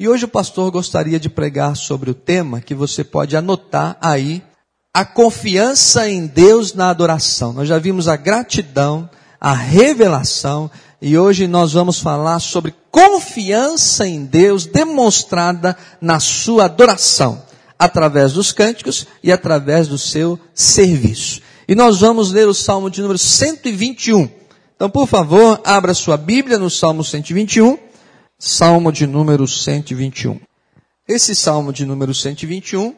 E hoje o pastor gostaria de pregar sobre o tema que você pode anotar aí, a confiança em Deus na adoração. Nós já vimos a gratidão, a revelação, e hoje nós vamos falar sobre confiança em Deus demonstrada na sua adoração, através dos cânticos e através do seu serviço. E nós vamos ler o Salmo de número 121. Então, por favor, abra sua Bíblia no Salmo 121. Salmo de número 121. Esse Salmo de número 121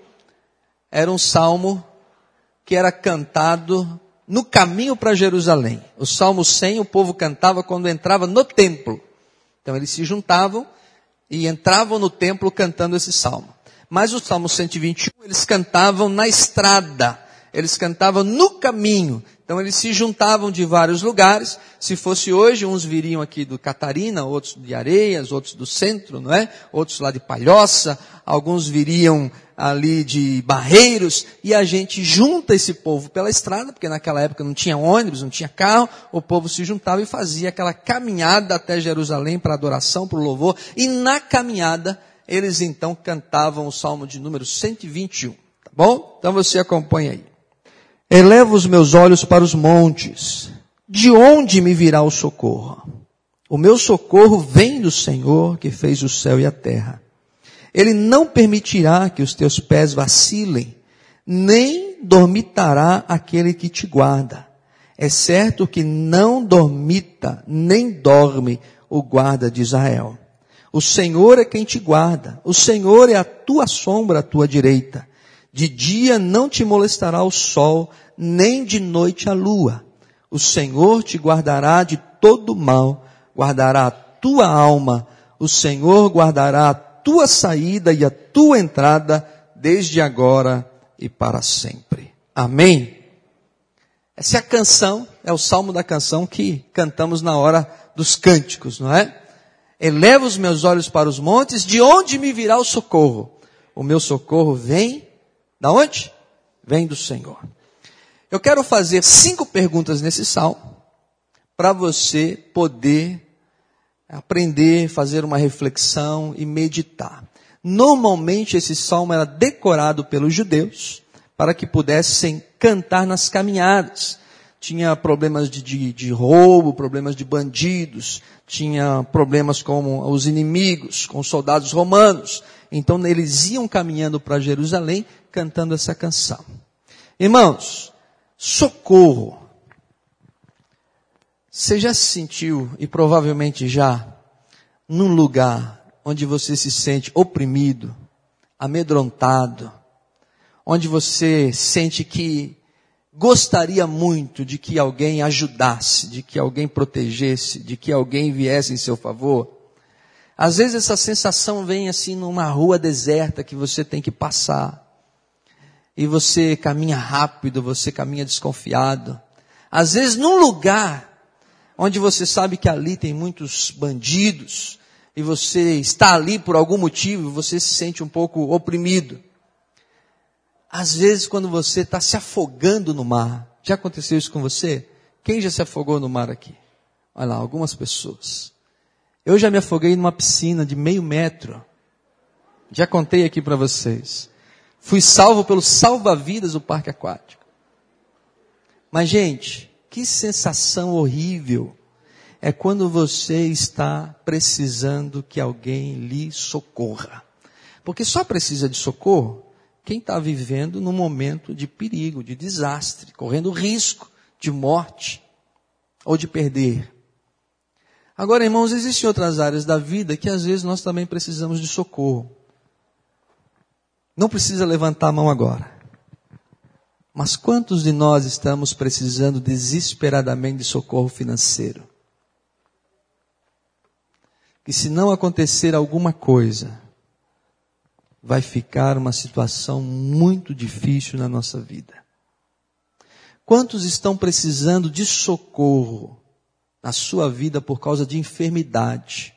era um salmo que era cantado no caminho para Jerusalém. O Salmo 100 o povo cantava quando entrava no templo. Então eles se juntavam e entravam no templo cantando esse salmo. Mas o Salmo 121 eles cantavam na estrada. Eles cantavam no caminho. Então eles se juntavam de vários lugares. Se fosse hoje, uns viriam aqui do Catarina, outros de Areias, outros do centro, não é? Outros lá de Palhoça, alguns viriam ali de Barreiros, e a gente junta esse povo pela estrada, porque naquela época não tinha ônibus, não tinha carro, o povo se juntava e fazia aquela caminhada até Jerusalém para adoração, para o louvor, e na caminhada eles então cantavam o Salmo de número 121, tá bom? Então você acompanha aí. Elevo os meus olhos para os montes, de onde me virá o socorro? O meu socorro vem do Senhor, que fez o céu e a terra. Ele não permitirá que os teus pés vacilem, nem dormitará aquele que te guarda. É certo que não dormita, nem dorme o guarda de Israel. O Senhor é quem te guarda. O Senhor é a tua sombra à tua direita. De dia não te molestará o sol, nem de noite a lua. O Senhor te guardará de todo mal, guardará a tua alma. O Senhor guardará a tua saída e a tua entrada, desde agora e para sempre. Amém? Essa é a canção, é o salmo da canção que cantamos na hora dos cânticos, não é? Elevo os meus olhos para os montes, de onde me virá o socorro? O meu socorro vem, da onde? Vem do Senhor. Eu quero fazer 5 perguntas nesse salmo, para você poder aprender, fazer uma reflexão e meditar. Normalmente esse salmo era decorado pelos judeus para que pudessem cantar nas caminhadas. Tinha problemas de roubo, problemas de bandidos, tinha problemas com os inimigos, com os soldados romanos. Então eles iam caminhando para Jerusalém cantando essa canção. Irmãos, socorro. Você já se sentiu, e provavelmente já, num lugar onde você se sente oprimido, amedrontado, onde você sente que gostaria muito de que alguém ajudasse, de que alguém protegesse, de que alguém viesse em seu favor? Às vezes essa sensação vem assim numa rua deserta que você tem que passar, e você caminha rápido, você caminha desconfiado. Às vezes num lugar onde você sabe que ali tem muitos bandidos, e você está ali por algum motivo, você se sente um pouco oprimido. Às vezes quando você está se afogando no mar, já aconteceu isso com você? Quem já se afogou no mar aqui? Olha lá, algumas pessoas. Eu já me afoguei numa piscina de 0,5 metro. Já contei aqui para vocês. Fui salvo pelo salva-vidas do parque aquático. Mas gente, que sensação horrível é quando você está precisando que alguém lhe socorra. Porque só precisa de socorro quem está vivendo num momento de perigo, de desastre, correndo risco de morte ou de perder. Agora, irmãos, existem outras áreas da vida que às vezes nós também precisamos de socorro. Não precisa levantar a mão agora. Mas quantos de nós estamos precisando desesperadamente de socorro financeiro? Que se não acontecer alguma coisa, vai ficar uma situação muito difícil na nossa vida. Quantos estão precisando de socorro na sua vida por causa de enfermidade?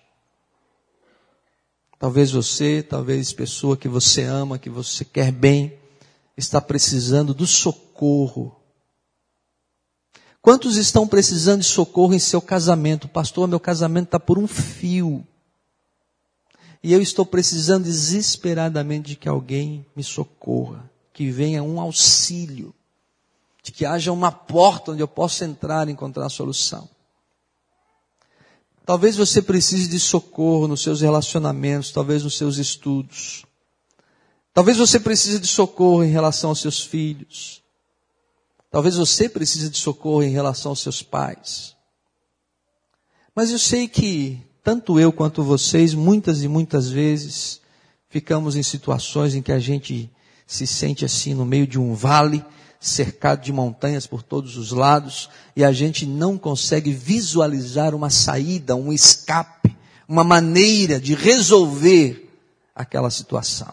Talvez você, talvez pessoa que você ama, que você quer bem, está precisando do socorro. Quantos estão precisando de socorro em seu casamento? Pastor, meu casamento está por um fio. e eu estou precisando desesperadamente de que alguém me socorra, que venha um auxílio, de que haja uma porta onde eu possa entrar e encontrar a solução. Talvez você precise de socorro nos seus relacionamentos, talvez nos seus estudos. Talvez você precise de socorro em relação aos seus filhos. Talvez você precise de socorro em relação aos seus pais. Mas eu sei que tanto eu quanto vocês, muitas e muitas vezes, ficamos em situações em que a gente se sente assim no meio de um vale, cercado de montanhas por todos os lados, e a gente não consegue visualizar uma saída, um escape, uma maneira de resolver aquela situação.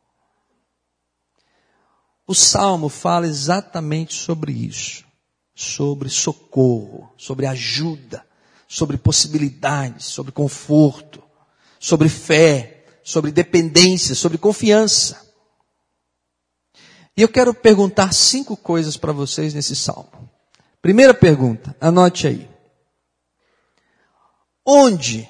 O Salmo fala exatamente sobre isso, sobre socorro, sobre ajuda, sobre possibilidades, sobre conforto, sobre fé, sobre dependência, sobre confiança. E eu quero perguntar 5 coisas para vocês nesse salmo. Primeira pergunta, anote aí. Onde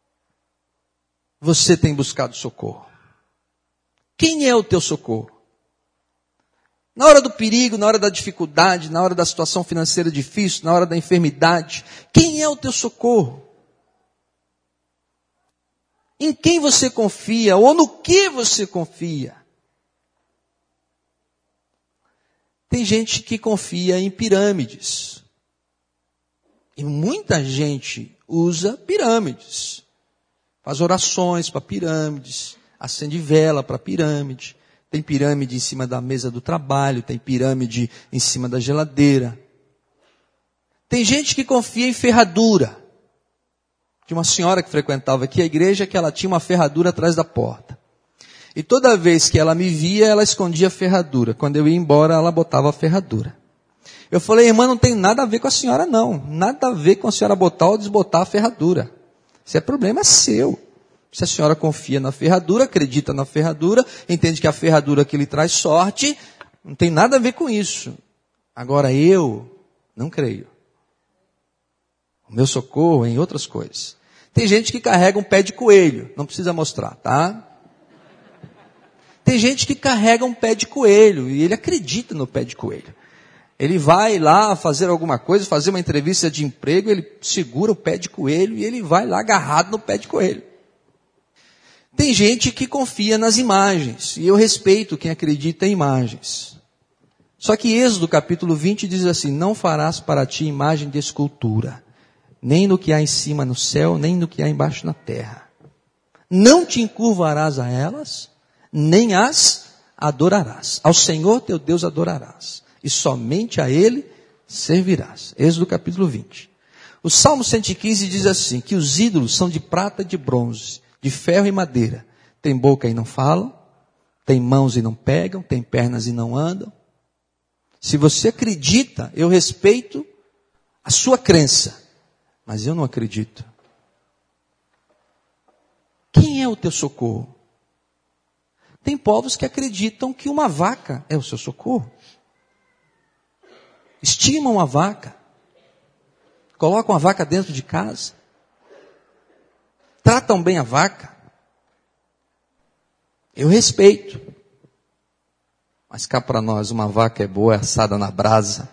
você tem buscado socorro? Quem é o teu socorro? Na hora do perigo, na hora da dificuldade, na hora da situação financeira difícil, na hora da enfermidade, quem é o teu socorro? Em quem você confia ou no que você confia? Tem gente que confia em pirâmides. E muita gente usa pirâmides. Faz orações para pirâmides, acende vela para pirâmide. Tem pirâmide em cima da mesa do trabalho, tem pirâmide em cima da geladeira. Tem gente que confia em ferradura. Tinha uma senhora que frequentava aqui a igreja que ela tinha uma ferradura atrás da porta. E toda vez que ela me via, ela escondia a ferradura. Quando eu ia embora, ela botava a ferradura. Eu falei, irmã, não tem nada a ver com a senhora não. Nada a ver com a senhora botar ou desbotar a ferradura. Esse problema é seu. Se a senhora confia na ferradura, acredita na ferradura, entende que a ferradura que lhe traz sorte, não tem nada a ver com isso. Agora eu não creio. O meu socorro é em outras coisas. Tem gente que carrega um pé de coelho. Não precisa mostrar, tá? Tem gente que carrega um pé de coelho e ele acredita no pé de coelho. Ele vai lá fazer alguma coisa, fazer uma entrevista de emprego, ele segura o pé de coelho e ele vai lá agarrado no pé de coelho. Tem gente que confia nas imagens, e eu respeito quem acredita em imagens. Só que Êxodo capítulo 20 diz assim, não farás para ti imagem de escultura, nem no que há em cima no céu, nem no que há embaixo na terra. Não te encurvarás a elas, nem as adorarás. Ao Senhor teu Deus adorarás, e somente a Ele servirás. Êxodo capítulo 20. O Salmo 115 diz assim, que os ídolos são de prata e de bronze, de ferro e madeira. Tem boca e não falam, tem mãos e não pegam, tem pernas e não andam. Se você acredita, eu respeito a sua crença, mas eu não acredito. Quem é o teu socorro? Tem povos que acreditam que uma vaca é o seu socorro. Estimam a vaca. Colocam a vaca dentro de casa. Tratam bem a vaca. Eu respeito. Mas cá para nós, uma vaca é boa, assada na brasa.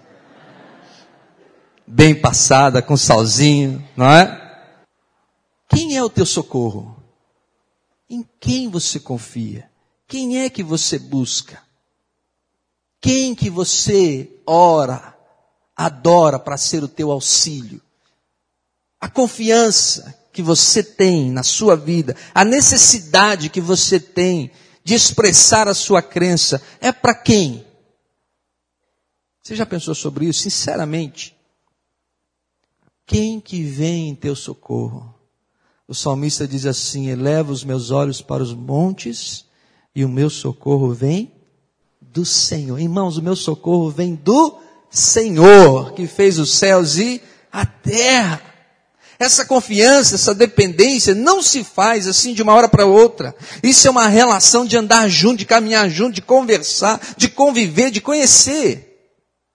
Bem passada, com salzinho, não é? Quem é o teu socorro? Em quem você confia? Quem é que você busca? Quem que você ora, adora para ser o teu auxílio? A confiança que você tem na sua vida, a necessidade que você tem de expressar a sua crença, é para quem? Você já pensou sobre isso? Sinceramente, quem que vem em teu socorro? O salmista diz assim, eleva os meus olhos para os montes, e o meu socorro vem do Senhor. Irmãos, o meu socorro vem do Senhor, que fez os céus e a terra. Essa confiança, essa dependência não se faz assim de uma hora para outra. Isso é uma relação de andar junto, de caminhar junto, de conversar, de conviver, de conhecer.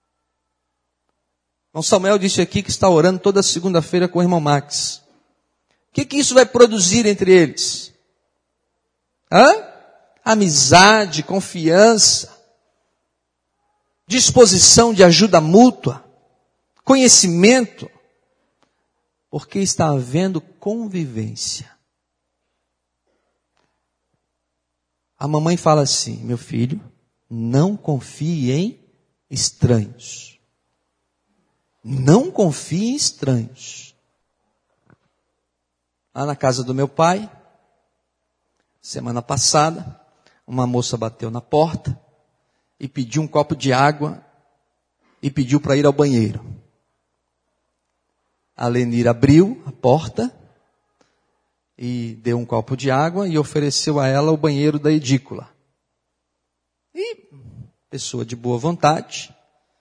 O Samuel disse aqui que está orando toda segunda-feira com o irmão Max. O que isso vai produzir entre eles? Amizade, confiança, disposição de ajuda mútua, conhecimento, porque está havendo convivência. A mamãe fala assim: meu filho, não confie em estranhos. Não confie em estranhos. Lá na casa do meu pai, semana passada, uma moça bateu na porta e pediu um copo de água e pediu para ir ao banheiro. A Lenir abriu a porta e deu um copo de água e ofereceu a ela o banheiro da edícula. E, pessoa de boa vontade,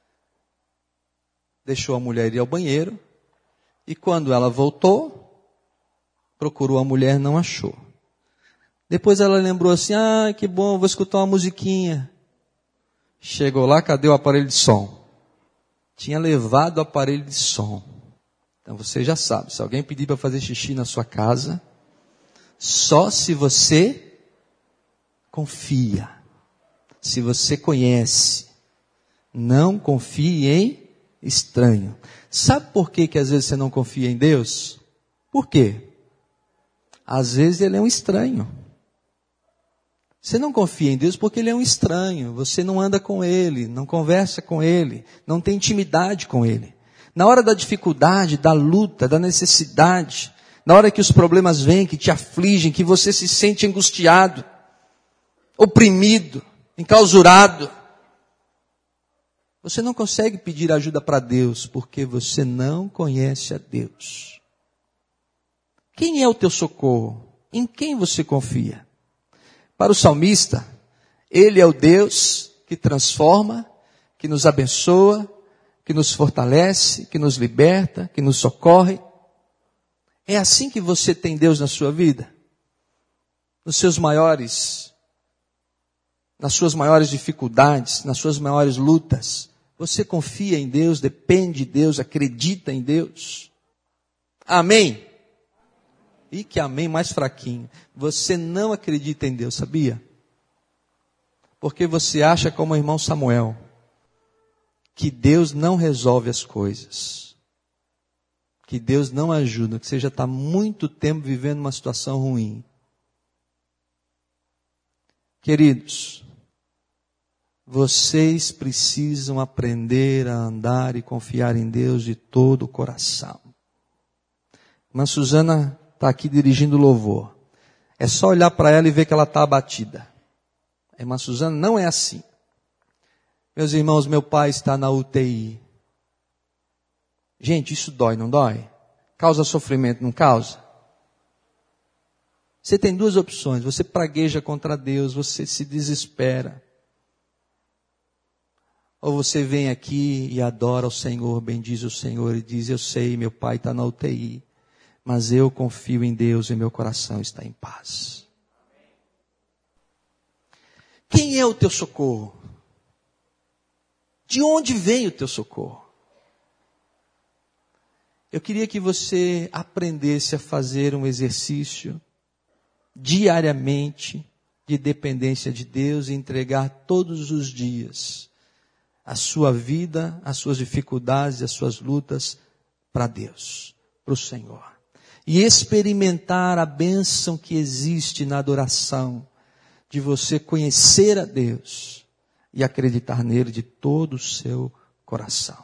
deixou a mulher ir ao banheiro e quando ela voltou, procurou a mulher, não achou. Depois ela lembrou assim: que bom, vou escutar uma musiquinha. Chegou lá, cadê o aparelho de som? Tinha levado o aparelho de som. Então você já sabe, se alguém pedir para fazer xixi na sua casa, só se você confia, se você conhece. Não confie em estranho. Sabe por que às vezes você não confia em Deus? Por quê? Às vezes Ele é um estranho. Você não confia em Deus porque Ele é um estranho. Você não anda com Ele, não conversa com Ele, não tem intimidade com Ele. Na hora da dificuldade, da luta, da necessidade, na hora que os problemas vêm, que te afligem, que você se sente angustiado, oprimido, enclausurado, você não consegue pedir ajuda para Deus porque você não conhece a Deus. Quem é o teu socorro? Em quem você confia? Para o salmista, Ele é o Deus que transforma, que nos abençoa, que nos fortalece, que nos liberta, que nos socorre. É assim que você tem Deus na sua vida? Nas suas maiores dificuldades, nas suas maiores lutas, você confia em Deus, depende de Deus, acredita em Deus? Amém? E que amém mais fraquinho. Você não acredita em Deus, sabia? Porque você acha como o irmão Samuel, que Deus não resolve as coisas, que Deus não ajuda, que você já está muito tempo vivendo uma situação ruim. Queridos, vocês precisam aprender a andar e confiar em Deus de todo o coração. Irmã Suzana está aqui dirigindo o louvor. É só olhar para ela e ver que ela está abatida. A irmã Suzana não é assim. Meus irmãos, meu pai está na UTI. Gente, isso dói, não dói? Causa sofrimento, não causa? Você tem duas opções. Você pragueja contra Deus, você se desespera. Ou você vem aqui e adora o Senhor, bendiz o Senhor e diz: eu sei, meu pai está na UTI, mas eu confio em Deus e meu coração está em paz. Quem é o teu socorro? De onde vem o teu socorro? Eu queria que você aprendesse a fazer um exercício diariamente de dependência de Deus e entregar todos os dias a sua vida, as suas dificuldades, as suas lutas para Deus, para o Senhor. E experimentar a bênção que existe na adoração, de você conhecer a Deus e acreditar nele de todo o seu coração.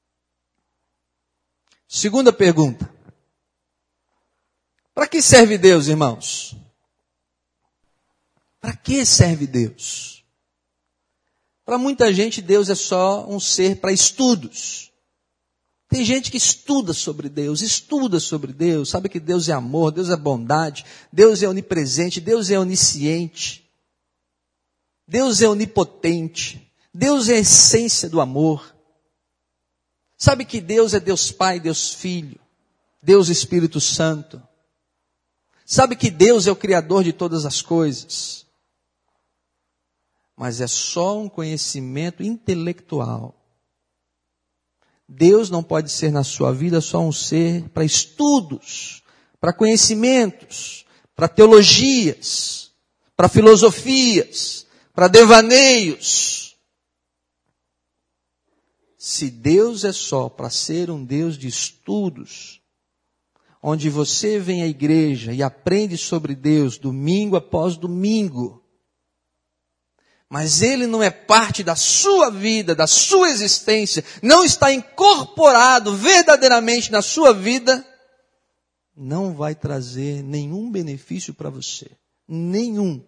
Segunda pergunta. Para que serve Deus, irmãos? Para que serve Deus? Para muita gente, Deus é só um ser para estudos. Tem gente que estuda sobre Deus, sabe que Deus é amor, Deus é bondade, Deus é onipresente, Deus é onisciente, Deus é onipotente, Deus é a essência do amor. Sabe que Deus é Deus Pai, Deus Filho, Deus Espírito Santo. Sabe que Deus é o Criador de todas as coisas. Mas é só um conhecimento intelectual. Deus não pode ser na sua vida só um ser para estudos, para conhecimentos, para teologias, para filosofias, para devaneios. Se Deus é só para ser um Deus de estudos, onde você vem à igreja e aprende sobre Deus domingo após domingo, mas Ele não é parte da sua vida, da sua existência, não está incorporado verdadeiramente na sua vida, não vai trazer nenhum benefício para você. Nenhum.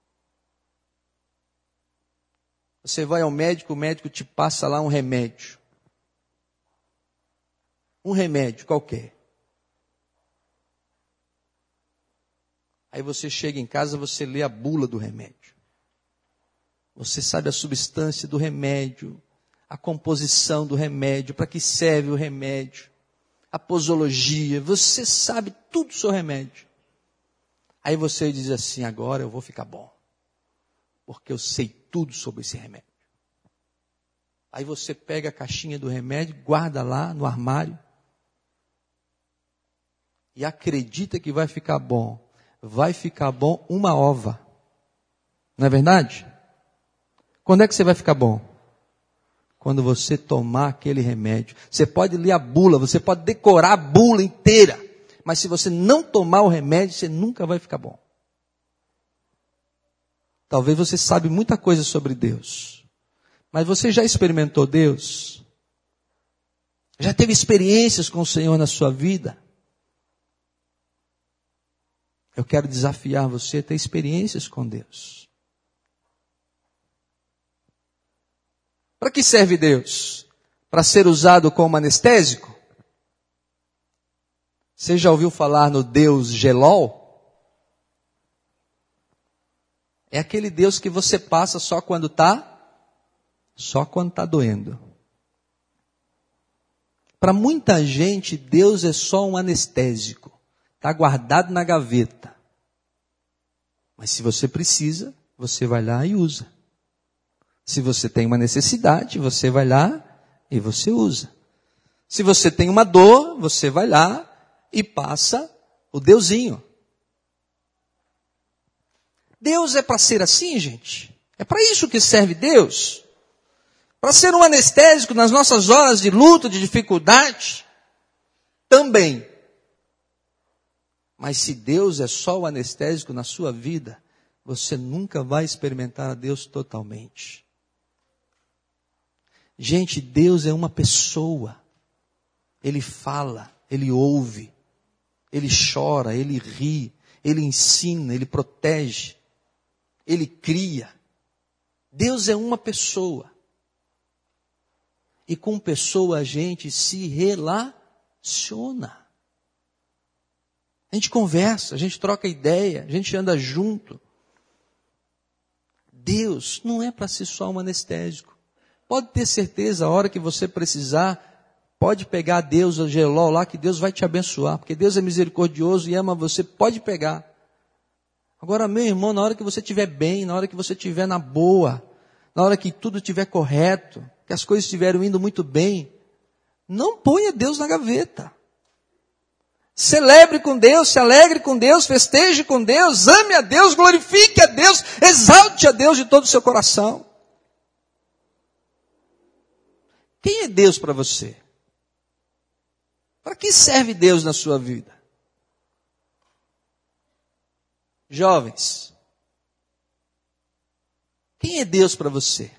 Você vai ao médico, o médico te passa lá um remédio. Um remédio qualquer. Aí você chega em casa, você lê a bula do remédio. Você sabe a substância do remédio, a composição do remédio, para que serve o remédio, a posologia, você sabe tudo sobre o remédio. Aí você diz assim, agora eu vou ficar bom, porque eu sei tudo sobre esse remédio. Aí você pega a caixinha do remédio, guarda lá no armário, e acredita que vai ficar bom. Vai ficar bom uma ova. Não é verdade? Quando é que você vai ficar bom? Quando você tomar aquele remédio. Você pode ler a bula, você pode decorar a bula inteira. Mas se você não tomar o remédio, você nunca vai ficar bom. Talvez você sabe muita coisa sobre Deus. Mas você já experimentou Deus? Já teve experiências com o Senhor na sua vida? Eu quero desafiar você a ter experiências com Deus. Para que serve Deus? Para ser usado como anestésico? Você já ouviu falar no Deus Gelol? É aquele Deus que você passa só quando está doendo. Para muita gente, Deus é só um anestésico. Está guardado na gaveta. Mas se você precisa, você vai lá e usa. Se você tem uma necessidade, você vai lá e você usa. Se você tem uma dor, você vai lá e passa o Deusinho. Deus é para ser assim, gente? É para isso que serve Deus? Para ser um anestésico nas nossas horas de luta, de dificuldade? Também. Mas se Deus é só o anestésico na sua vida, você nunca vai experimentar a Deus totalmente. Gente, Deus é uma pessoa. Ele fala, Ele ouve, Ele chora, Ele ri, Ele ensina, Ele protege, Ele cria. Deus é uma pessoa. E com pessoa a gente se relaciona. A gente conversa, a gente troca ideia, a gente anda junto. Deus não é para ser só um anestésico. Pode ter certeza, a hora que você precisar, pode pegar Deus, o Gelol lá, que Deus vai te abençoar. Porque Deus é misericordioso e ama você, pode pegar. Agora, meu irmão, na hora que você estiver bem, na hora que você estiver na boa, na hora que tudo estiver correto, que as coisas estiverem indo muito bem, não ponha Deus na gaveta. Celebre com Deus, se alegre com Deus, festeje com Deus, ame a Deus, glorifique a Deus, exalte a Deus de todo o seu coração. Quem é Deus para você? Para que serve Deus na sua vida? Jovens, quem é Deus para você?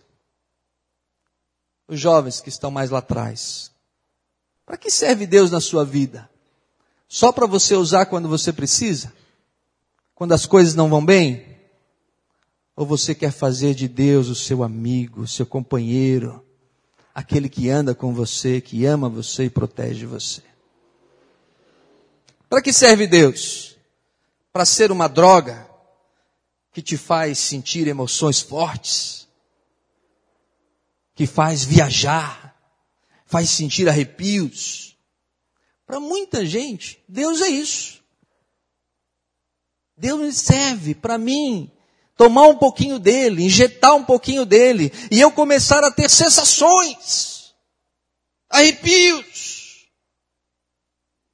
Os jovens que estão mais lá atrás. Para que serve Deus na sua vida? Só para você usar quando você precisa? Quando as coisas não vão bem? Ou você quer fazer de Deus o seu amigo, o seu companheiro, aquele que anda com você, que ama você e protege você? Para que serve Deus? Para ser uma droga que te faz sentir emoções fortes, que faz viajar, faz sentir arrepios. Para muita gente, Deus é isso. Deus me serve para mim tomar um pouquinho dele, injetar um pouquinho dele, e eu começar a ter sensações, arrepios.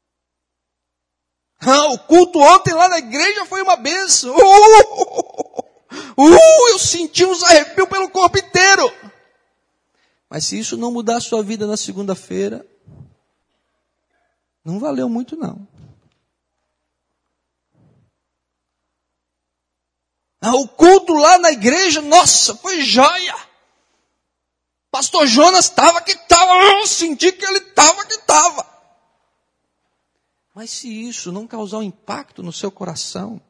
O culto ontem lá na igreja foi uma bênção. Eu senti uns arrepios pelo corpo inteiro. Mas se isso não mudar a sua vida na segunda-feira, não valeu muito não. O culto lá na igreja, nossa, foi joia. Pastor Jonas estava que estava, eu senti que ele estava que estava. Mas se isso não causar um impacto no seu coração,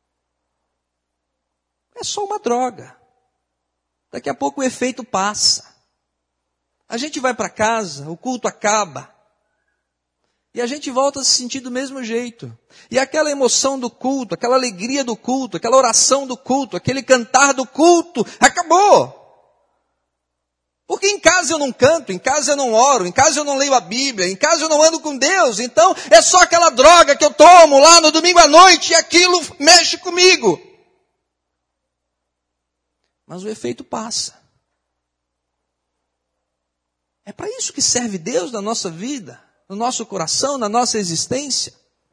é só uma droga. Daqui a pouco o efeito passa. A gente vai para casa, o culto acaba. E a gente volta a se sentir do mesmo jeito. E aquela emoção do culto, aquela alegria do culto, aquela oração do culto, aquele cantar do culto, acabou. Porque em casa eu não canto, em casa eu não oro, em casa eu não leio a Bíblia, em casa eu não ando com Deus. Então é só aquela droga que eu tomo lá no domingo à noite e aquilo mexe comigo. Mas o efeito passa. É para isso que serve Deus na nossa vida, no nosso coração, na nossa existência.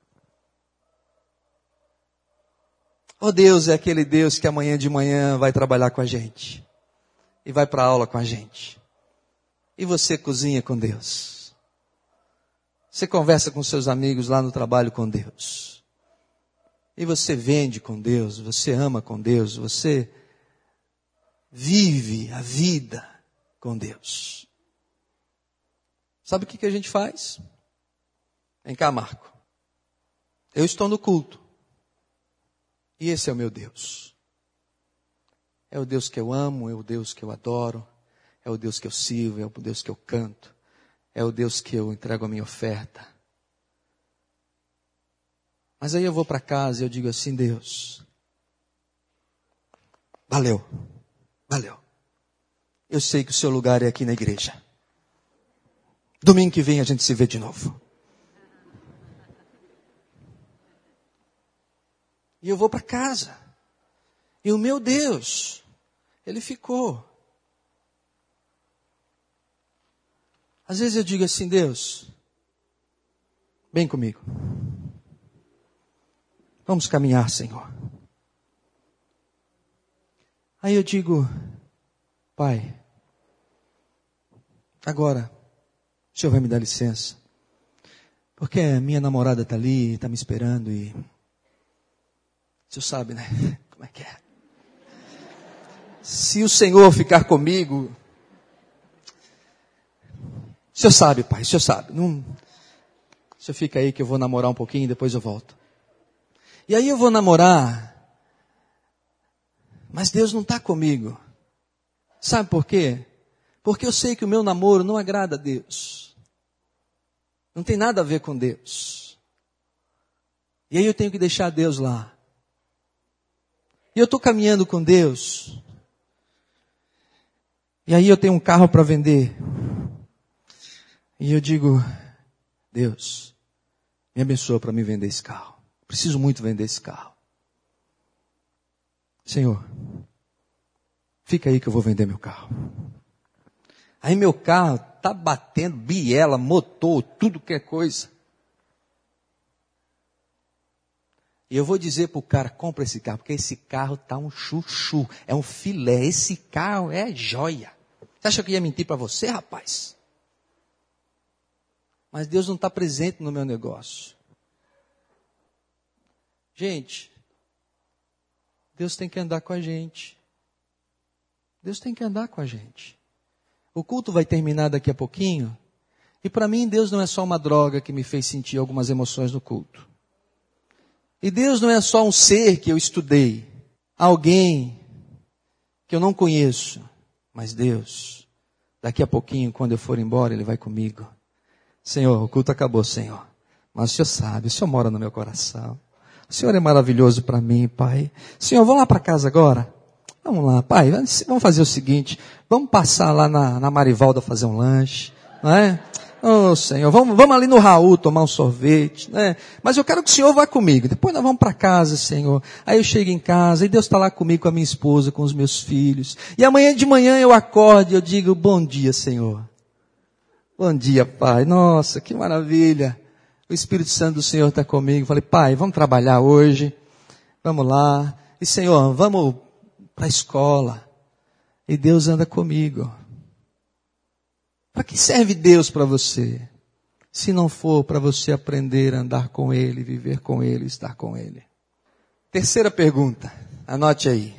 Deus é aquele Deus que amanhã de manhã vai trabalhar com a gente. E vai para a aula com a gente. E você cozinha com Deus. Você conversa com seus amigos lá no trabalho com Deus. E você vende com Deus, você ama com Deus, você vive a vida com Deus. Sabe o que a gente faz? Vem cá, Marco. Eu estou no culto. E esse é o meu Deus. É o Deus que eu amo, é o Deus que eu adoro, é o Deus que eu sirvo, é o Deus que eu canto, é o Deus que eu entrego a minha oferta. Mas aí eu vou para casa e eu digo assim, Deus, valeu. Eu sei que o seu lugar é aqui na igreja. Domingo que vem a gente se vê de novo. E eu vou para casa. E o meu Deus, ele ficou. Às vezes eu digo assim, Deus, vem comigo. Vamos caminhar, Senhor. Aí eu digo, Pai, agora, o Senhor vai me dar licença. Porque a minha namorada está ali, está me esperando e... O Senhor sabe, né? Como é que é? Se o Senhor ficar comigo... O Senhor sabe, Pai, o Senhor sabe. Não... O Senhor fica aí que eu vou namorar um pouquinho e depois eu volto. E aí eu vou namorar... Mas Deus não está comigo. Sabe por quê? Porque eu sei que o meu namoro não agrada a Deus. Não tem nada a ver com Deus. E aí eu tenho que deixar Deus lá. E eu estou caminhando com Deus. E aí eu tenho um carro para vender. E eu digo, Deus, me abençoa para me vender esse carro. Preciso muito vender esse carro. Senhor, fica aí que eu vou vender meu carro. Aí meu carro está batendo biela, motor, tudo que é coisa. E eu vou dizer para o cara, compra esse carro, porque esse carro está um chuchu, é um filé, esse carro é joia. Você acha que eu ia mentir para você, rapaz? Mas Deus não está presente no meu negócio. Gente, Deus tem que andar com a gente. Deus tem que andar com a gente. O culto vai terminar daqui a pouquinho. E para mim, Deus não é só uma droga que me fez sentir algumas emoções no culto. E Deus não é só um ser que eu estudei. Alguém que eu não conheço. Mas Deus, daqui a pouquinho, quando eu for embora, Ele vai comigo. Senhor, o culto acabou, Senhor. Mas o Senhor sabe, o Senhor mora no meu coração. O Senhor é maravilhoso para mim, Pai. Senhor, vamos lá para casa agora? Vamos lá, Pai, vamos fazer o seguinte. Vamos passar lá na Marivalda fazer um lanche, não é? Oh, Senhor, vamos ali no Raul tomar um sorvete, né? Mas eu quero que o Senhor vá comigo. Depois nós vamos para casa, Senhor. Aí eu chego em casa e Deus está lá comigo, com a minha esposa, com os meus filhos. E amanhã de manhã eu acordo e eu digo, bom dia, Senhor. Bom dia, Pai. Nossa, que maravilha. O Espírito Santo do Senhor está comigo. Falei, Pai, vamos trabalhar hoje. Vamos lá. E, Senhor, vamos para a escola. E Deus anda comigo. Para que serve Deus para você? Se não for para você aprender a andar com Ele, viver com Ele, estar com Ele. Terceira pergunta, anote aí.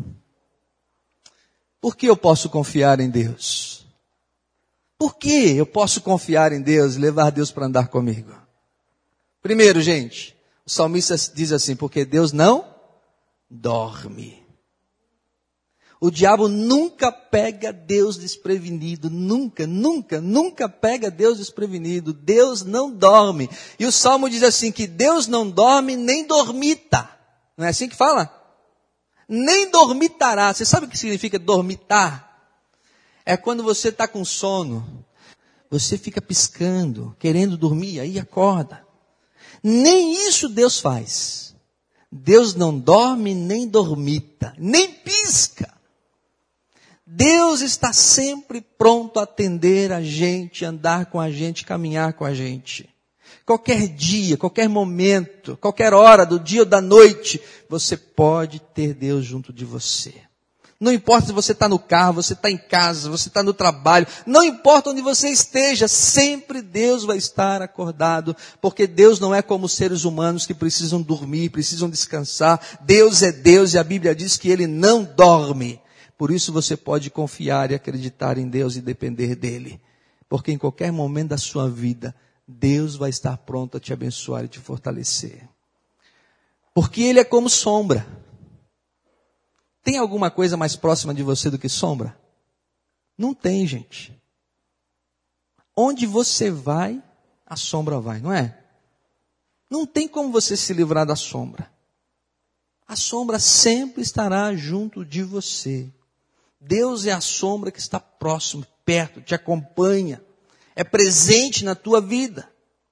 Por que eu posso confiar em Deus? Por que eu posso confiar em Deus e levar Deus para andar comigo? Primeiro, gente, o salmista diz assim, porque Deus não dorme. O diabo nunca pega Deus desprevenido, nunca pega Deus desprevenido. Deus não dorme. E o Salmo diz assim, que Deus não dorme nem dormita. Não é assim que fala? Nem dormitará. Você sabe o que significa dormitar? É quando você está com sono, você fica piscando, querendo dormir, aí acorda. Nem isso Deus faz. Deus não dorme nem dormita, nem pisca. Deus está sempre pronto a atender a gente, andar com a gente, caminhar com a gente. Qualquer dia, qualquer momento, qualquer hora do dia ou da noite, você pode ter Deus junto de você. Não importa se você está no carro, você está em casa, você está no trabalho, não importa onde você esteja, sempre Deus vai estar acordado, porque Deus não é como os seres humanos que precisam dormir, precisam descansar. Deus é Deus e a Bíblia diz que Ele não dorme. Por isso você pode confiar e acreditar em Deus e depender dEle. Porque em qualquer momento da sua vida, Deus vai estar pronto a te abençoar e te fortalecer. Porque Ele é como sombra. Tem alguma coisa mais próxima de você do que sombra? Não tem, gente. Onde você vai, a sombra vai, não é? Não tem como você se livrar da sombra. A sombra sempre estará junto de você. Deus é a sombra que está próximo, perto, te acompanha, é presente na tua vida.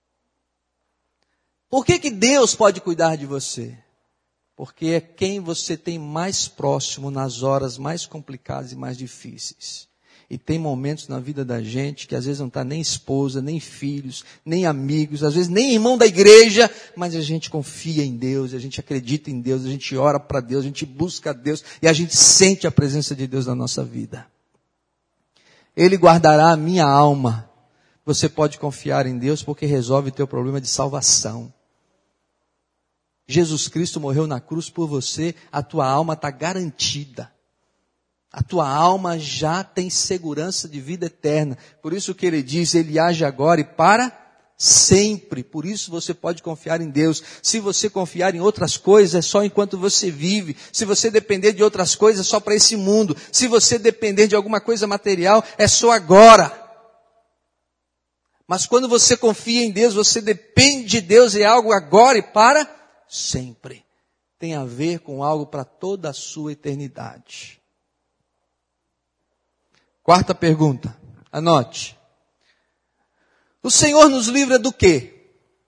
Por que Deus pode cuidar de você? Porque é quem você tem mais próximo nas horas mais complicadas e mais difíceis. E tem momentos na vida da gente que às vezes não está nem esposa, nem filhos, nem amigos, às vezes nem irmão da igreja, mas a gente confia em Deus, a gente acredita em Deus, a gente ora para Deus, a gente busca a Deus e a gente sente a presença de Deus na nossa vida. Ele guardará a minha alma. Você pode confiar em Deus porque resolve o teu problema de salvação. Jesus Cristo morreu na cruz por você, a tua alma está garantida. A tua alma já tem segurança de vida eterna. Por isso que ele diz, ele age agora e para sempre. Por isso você pode confiar em Deus. Se você confiar em outras coisas, é só enquanto você vive. Se você depender de outras coisas, é só para esse mundo. Se você depender de alguma coisa material, é só agora. Mas quando você confia em Deus, você depende de Deus, é algo agora e para sempre. Tem a ver com algo para toda a sua eternidade. Quarta pergunta, anote. O Senhor nos livra do quê?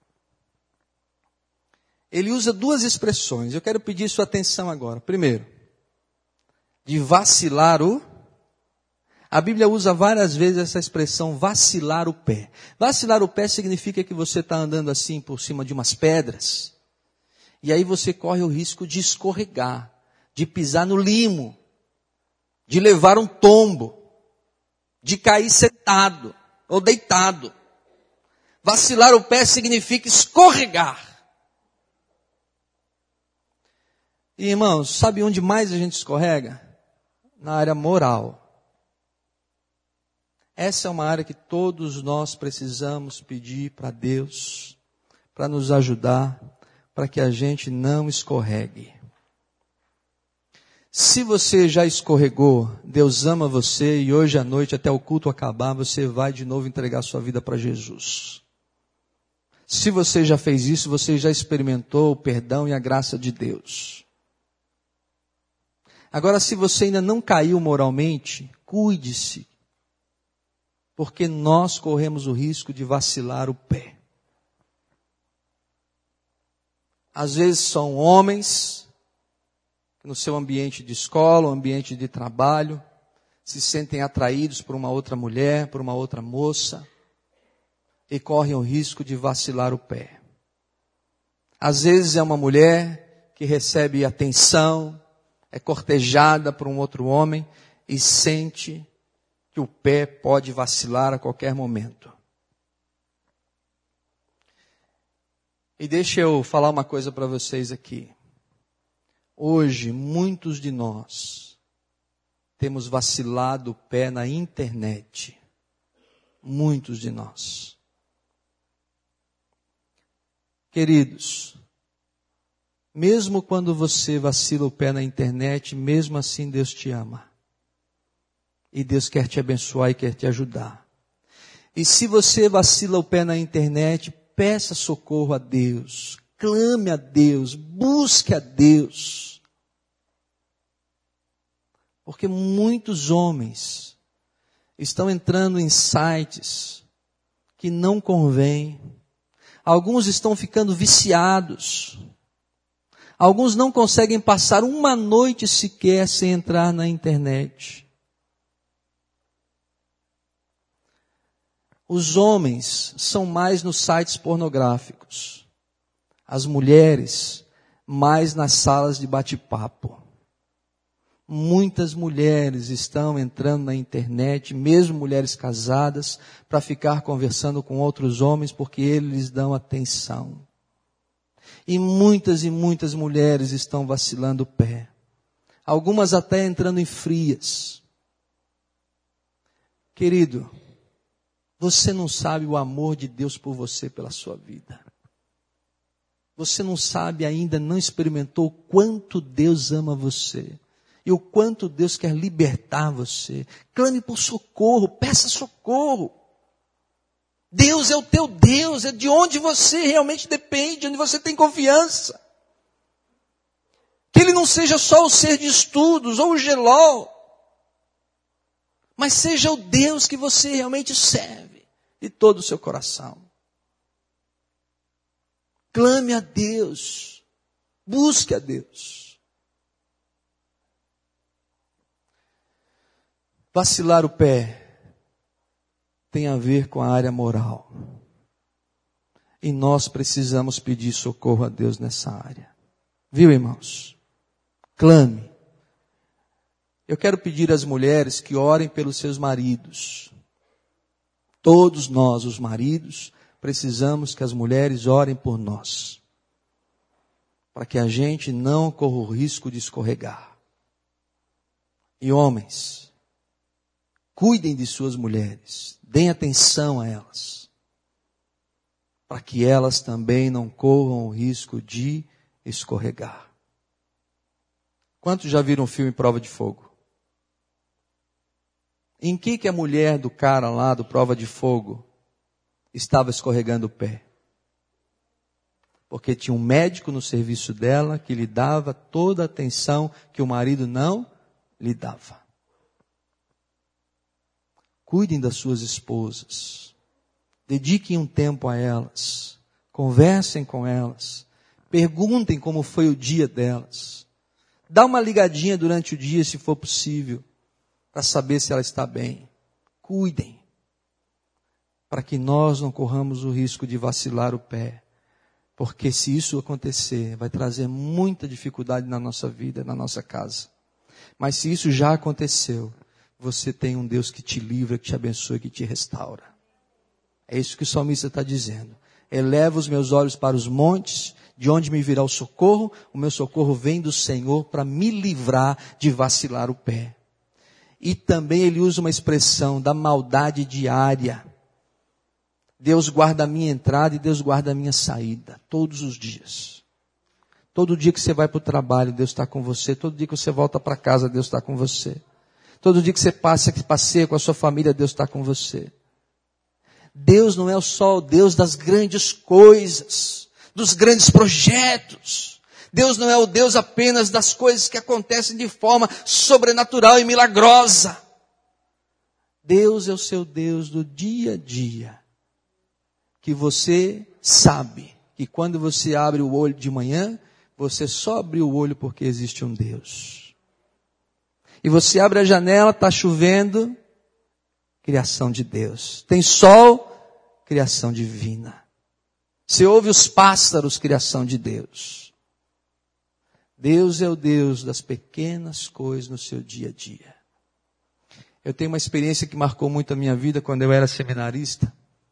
Ele usa duas expressões. Eu quero pedir sua atenção agora. Primeiro, de vacilar o... A Bíblia usa várias vezes essa expressão vacilar o pé. Vacilar o pé significa que você está andando assim por cima de umas pedras. E aí você corre o risco de escorregar, de pisar no limo, de levar um tombo, de cair sentado ou deitado. Vacilar o pé significa escorregar. E, irmãos, sabe onde mais a gente escorrega? Na área moral. Essa é uma área que todos nós precisamos pedir para Deus, para nos ajudar, para que a gente não escorregue. Se você já escorregou, Deus ama você e hoje à noite, até o culto acabar, você vai de novo entregar sua vida para Jesus. Se você já fez isso, você já experimentou o perdão e a graça de Deus. Agora, se você ainda não caiu moralmente, cuide-se, porque nós corremos o risco de vacilar o pé. Às vezes são homens no seu ambiente de escola, ambiente de trabalho, se sentem atraídos por uma outra mulher, por uma outra moça, e correm o risco de vacilar o pé. Às vezes é uma mulher que recebe atenção, é cortejada por um outro homem e sente que o pé pode vacilar a qualquer momento. E deixa eu falar uma coisa para vocês aqui. Hoje, muitos de nós temos vacilado o pé na internet. Muitos de nós. Queridos, mesmo quando você vacila o pé na internet, mesmo assim Deus te ama. E Deus quer te abençoar e quer te ajudar. E se você vacila o pé na internet, peça socorro a Deus. Clame a Deus. Busque a Deus. Porque muitos homens estão entrando em sites que não convêm. Alguns estão ficando viciados. Alguns não conseguem passar uma noite sequer sem entrar na internet. Os homens são mais nos sites pornográficos. As mulheres mais nas salas de bate-papo. Muitas mulheres estão entrando na internet, mesmo mulheres casadas, para ficar conversando com outros homens porque eles lhes dão atenção. E muitas mulheres estão vacilando o pé. Algumas até entrando em frias. Querido, você não sabe o amor de Deus por você, pela sua vida. Você não sabe ainda, não experimentou o quanto Deus ama você. E o quanto Deus quer libertar você. Clame por socorro, peça socorro. Deus é o teu Deus, é de onde você realmente depende, onde você tem confiança. Que Ele não seja só o ser de estudos ou o geló, mas seja o Deus que você realmente serve de todo o seu coração. Clame a Deus, busque a Deus. Vacilar o pé tem a ver com a área moral. E nós precisamos pedir socorro a Deus nessa área. Viu, irmãos? Clame. Eu quero pedir às mulheres que orem pelos seus maridos. Todos nós, os maridos, precisamos que as mulheres orem por nós. Para que a gente não corra o risco de escorregar. E homens, cuidem de suas mulheres, deem atenção a elas, para que elas também não corram o risco de escorregar. Quantos já viram o filme Prova de Fogo? Em que a mulher do cara lá do Prova de Fogo estava escorregando o pé? Porque tinha um médico no serviço dela que lhe dava toda a atenção que o marido não lhe dava. Cuidem das suas esposas. Dediquem um tempo a elas. Conversem com elas. Perguntem como foi o dia delas. Dá uma ligadinha durante o dia, se for possível, para saber se ela está bem. Cuidem. Para que nós não corramos o risco de vacilar o pé. Porque se isso acontecer, vai trazer muita dificuldade na nossa vida, na nossa casa. Mas se isso já aconteceu, você tem um Deus que te livra, que te abençoa, que te restaura. É isso que o salmista está dizendo. Eleva os meus olhos para os montes, de onde me virá o socorro? O meu socorro vem do Senhor para me livrar de vacilar o pé. E também ele usa uma expressão da maldade diária. Deus guarda a minha entrada e Deus guarda a minha saída, todos os dias. Todo dia que você vai para o trabalho, Deus está com você. Todo dia que você volta para casa, Deus está com você. Todo dia que você passeia com a sua família, Deus está com você. Deus não é só o Deus das grandes coisas, dos grandes projetos. Deus não é o Deus apenas das coisas que acontecem de forma sobrenatural e milagrosa. Deus é o seu Deus do dia a dia. Que você sabe que quando você abre o olho de manhã, você só abriu o olho porque existe um Deus. E você abre a janela, está chovendo, criação de Deus. Tem sol, criação divina. Você ouve os pássaros, criação de Deus. Deus é o Deus das pequenas coisas no seu dia a dia. Eu tenho uma experiência que marcou muito a minha vida quando eu era seminarista.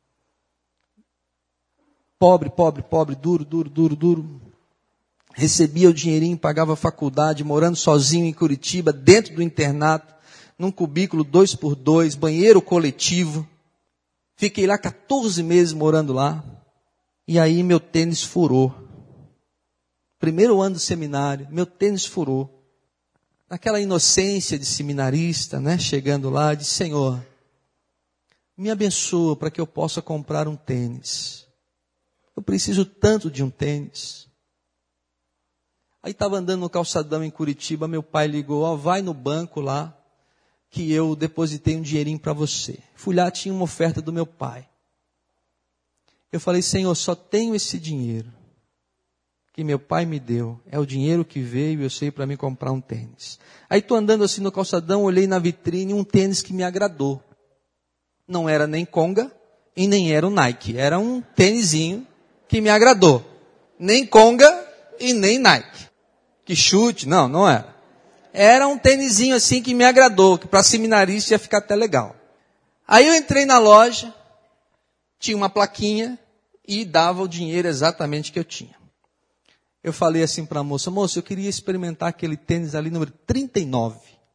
Pobre, duro. Recebia o dinheirinho, pagava a faculdade, morando sozinho em Curitiba, dentro do internato, num cubículo 2x2, banheiro coletivo. Fiquei lá 14 meses morando lá. E aí meu tênis furou. Primeiro ano do seminário, meu tênis furou. Naquela inocência de seminarista, né? Chegando lá, disse: Senhor, me abençoa para que eu possa comprar um tênis. Eu preciso tanto de um tênis. Aí estava andando no calçadão em Curitiba, meu pai ligou: ó, vai no banco lá, que eu depositei um dinheirinho para você. Fui lá, tinha uma oferta do meu pai. Eu falei: Senhor, só tenho esse dinheiro que meu pai me deu. É o dinheiro que veio, eu sei, para mim comprar um tênis. Aí estou andando assim no calçadão, olhei na vitrine um tênis que me agradou. Não era nem Conga e nem era o Nike. Era um tênisinho que me agradou. Nem Conga e nem Nike. Que chute, não era. Era um tênisinho assim que me agradou, que para seminarista ia ficar até legal. Aí eu entrei na loja, tinha uma plaquinha e dava o dinheiro exatamente que eu tinha. Eu falei assim para a moça: moça, eu queria experimentar aquele tênis ali, número 39.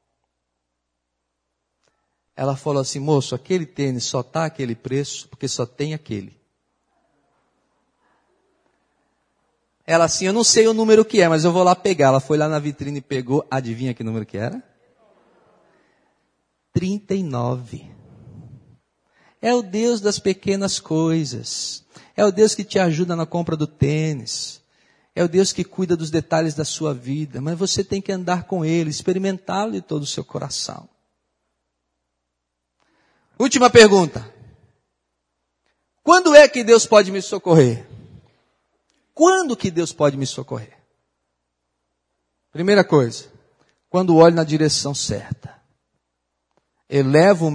Ela falou assim: moço, aquele tênis só está aquele preço, porque só tem aquele. Ela assim: eu não sei o número que é, mas eu vou lá pegar. Ela foi lá na vitrine e pegou, adivinha que número que era? 39. É o Deus das pequenas coisas. É o Deus que te ajuda na compra do tênis. É o Deus que cuida dos detalhes da sua vida. Mas você tem que andar com Ele, experimentá-lo de todo o seu coração. Última pergunta. Quando é que Deus pode me socorrer? Quando que Deus pode me socorrer? Primeira coisa, quando olho na direção certa. Elevo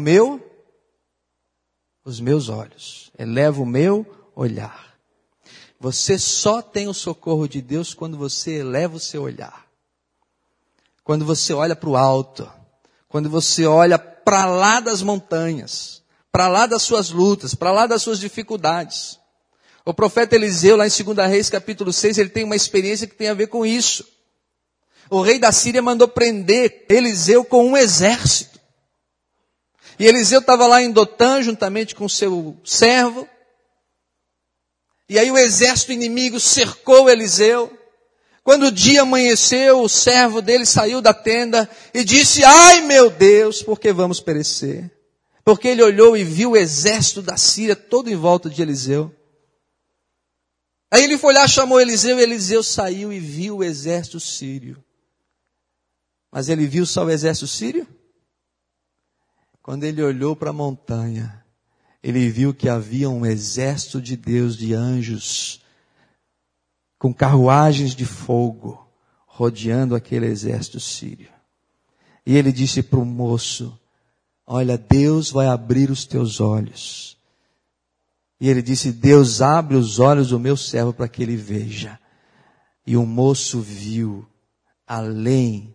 os meus olhos. Elevo o meu olhar. Você só tem o socorro de Deus quando você eleva o seu olhar. Quando você olha para o alto. Quando você olha para lá das montanhas. Para lá das suas lutas. Para lá das suas dificuldades. O profeta Eliseu, lá em 2 Reis, capítulo 6, ele tem uma experiência que tem a ver com isso. O rei da Síria mandou prender Eliseu com um exército. E Eliseu estava lá em Dotã, juntamente com seu servo. E aí o exército inimigo cercou Eliseu. Quando o dia amanheceu, o servo dele saiu da tenda e disse: ai meu Deus, por que vamos perecer? Porque ele olhou e viu o exército da Síria todo em volta de Eliseu. Aí ele foi lá, chamou Eliseu, e Eliseu saiu e viu o exército sírio. Mas ele viu só o exército sírio? Quando ele olhou para a montanha, ele viu que havia um exército de Deus, de anjos, com carruagens de fogo, rodeando aquele exército sírio. E ele disse para o moço: olha, Deus vai abrir os teus olhos. E ele disse: Deus abre os olhos do meu servo para que ele veja. E o moço viu além,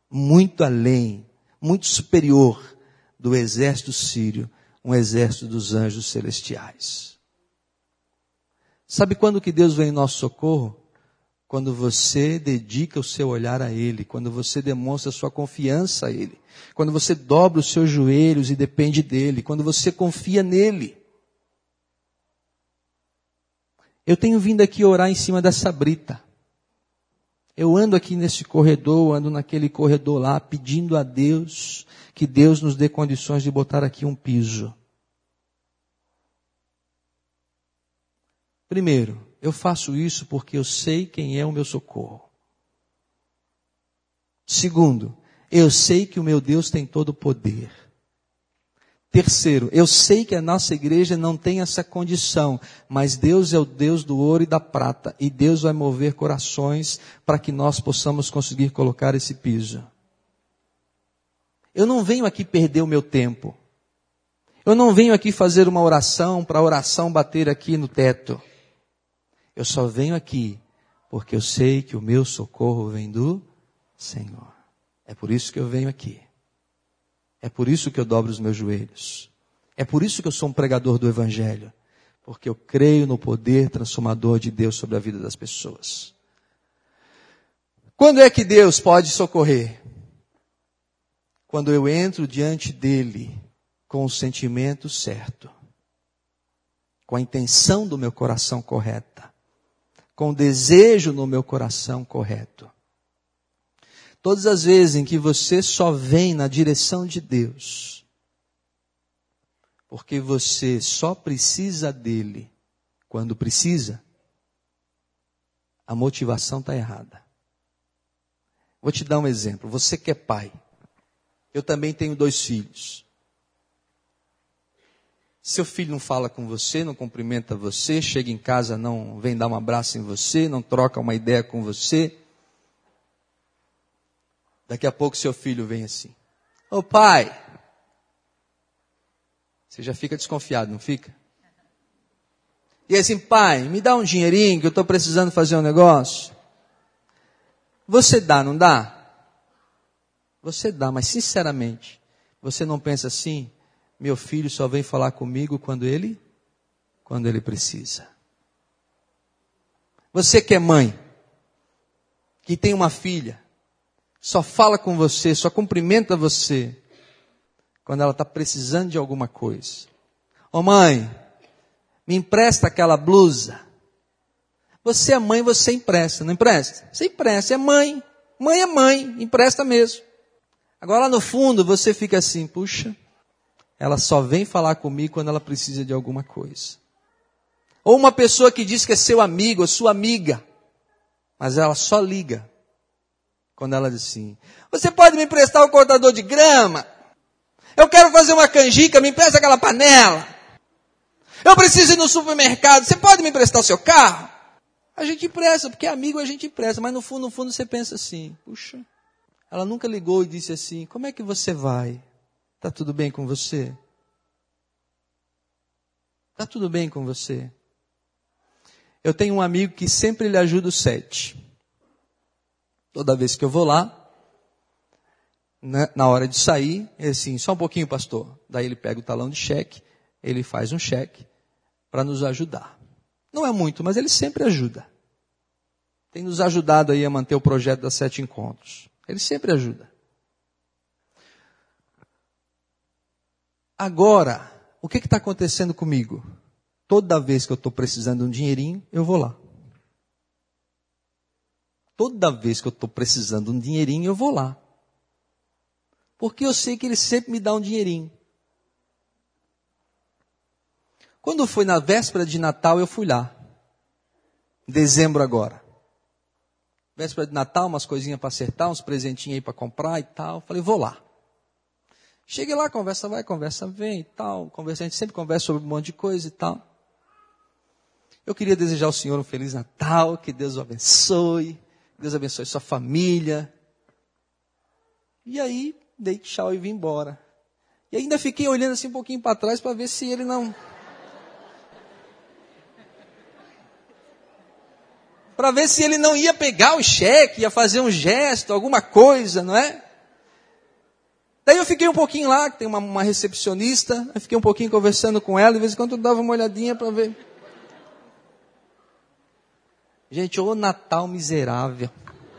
muito superior do exército sírio, um exército dos anjos celestiais. Sabe quando que Deus vem em nosso socorro? Quando você dedica o seu olhar a Ele, quando você demonstra a sua confiança a Ele, quando você dobra os seus joelhos e depende dEle, quando você confia nele. Eu tenho vindo aqui orar em cima dessa brita. Eu ando aqui nesse corredor, ando naquele corredor lá, pedindo a Deus que Deus nos dê condições de botar aqui um piso. Primeiro, eu faço isso porque eu sei quem é o meu socorro. Segundo, eu sei que o meu Deus tem todo o poder. Terceiro, eu sei que a nossa igreja não tem essa condição, mas Deus é o Deus do ouro e da prata, e Deus vai mover corações para que nós possamos conseguir colocar esse piso. Eu não venho aqui perder o meu tempo. Eu não venho aqui fazer uma oração para a oração bater aqui no teto. Eu só venho aqui porque eu sei que o meu socorro vem do Senhor. É por isso que eu venho aqui. É por isso que eu dobro os meus joelhos. É por isso que eu sou um pregador do Evangelho. Porque eu creio no poder transformador de Deus sobre a vida das pessoas. Quando é que Deus pode socorrer? Quando eu entro diante dele com o sentimento certo, com a intenção do meu coração correta, com o desejo no meu coração correto. Todas as vezes em que você só vem na direção de Deus, porque você só precisa dele quando precisa, a motivação está errada. Vou te dar um exemplo. Você que é pai, eu também tenho 2 filhos. Seu filho não fala com você, não cumprimenta você, chega em casa, não vem dar um abraço em você, não troca uma ideia com você. Daqui a pouco seu filho vem assim: ô pai, você já fica desconfiado, não fica? E assim: pai, me dá um dinheirinho que eu estou precisando fazer um negócio. Você dá, não dá? Você dá, mas sinceramente, você não pensa assim: meu filho só vem falar comigo quando ele precisa. Você que é mãe, que tem uma filha, só fala com você, só cumprimenta você quando ela está precisando de alguma coisa. Ô mãe, me empresta aquela blusa. Você é mãe, você empresta, não empresta? Você empresta, é mãe. Mãe é mãe, empresta mesmo. Agora lá no fundo você fica assim: puxa, ela só vem falar comigo quando ela precisa de alguma coisa. Ou uma pessoa que diz que é seu amigo ou sua amiga, mas ela só liga quando ela diz assim: você pode me emprestar um cortador de grama? Eu quero fazer uma canjica, me empresta aquela panela. Eu preciso ir no supermercado, você pode me emprestar o seu carro? A gente empresta, porque amigo a gente empresta, mas no fundo você pensa assim: puxa, ela nunca ligou e disse assim: como é que você vai? Está tudo bem com você? Está tudo bem com você? Eu tenho um amigo que sempre lhe ajuda o 7. Toda vez que eu vou lá, na hora de sair, ele assim: só um pouquinho, pastor. Daí ele pega o talão de cheque, ele faz um cheque para nos ajudar. Não é muito, mas ele sempre ajuda. Tem nos ajudado aí a manter o projeto das 7 encontros. Ele sempre ajuda. Agora, o que está acontecendo comigo? Toda vez que eu estou precisando de um dinheirinho, eu vou lá. Toda vez que eu estou precisando de um dinheirinho, eu vou lá. Porque eu sei que ele sempre me dá um dinheirinho. Quando foi na véspera de Natal, eu fui lá. Em dezembro agora. Véspera de Natal, umas coisinhas para acertar, uns presentinhos aí para comprar e tal. Falei: vou lá. Cheguei lá, conversa vai, conversa vem e tal. A gente sempre conversa sobre um monte de coisa e tal. Eu queria desejar ao Senhor um Feliz Natal, que Deus o abençoe. Que Deus abençoe sua família. E aí, dei tchau e vim embora. E ainda fiquei olhando assim um pouquinho para trás para ver se ele não... para ver se ele não ia pegar o cheque, ia fazer um gesto, alguma coisa, não é? Daí eu fiquei um pouquinho lá, que tem uma recepcionista, eu fiquei um pouquinho conversando com ela, de vez em quando eu dava uma olhadinha para ver. Gente, ô Natal miserável.